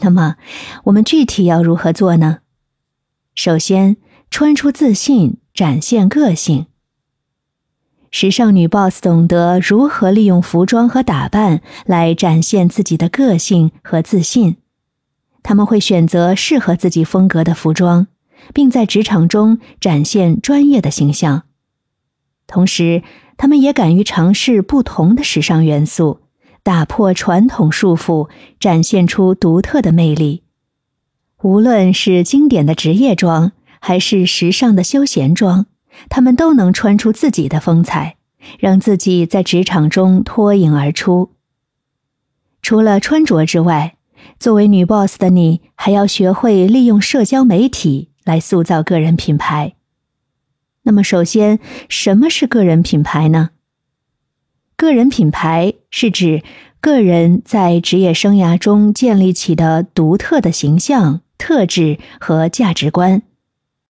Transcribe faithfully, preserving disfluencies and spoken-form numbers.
那么，我们具体要如何做呢？首先，穿出自信，展现个性。时尚女 boss 懂得如何利用服装和打扮来展现自己的个性和自信。她们会选择适合自己风格的服装，并在职场中展现专业的形象。同时，她们也敢于尝试不同的时尚元素，打破传统束缚，展现出独特的魅力。无论是经典的职业装，还是时尚的休闲装，她们都能穿出自己的风采，让自己在职场中脱颖而出。除了穿着之外，作为女 boss 的你，还要学会利用社交媒体来塑造个人品牌。那么首先，什么是个人品牌呢？个人品牌是指个人在职业生涯中建立起的独特的形象、特质和价值观。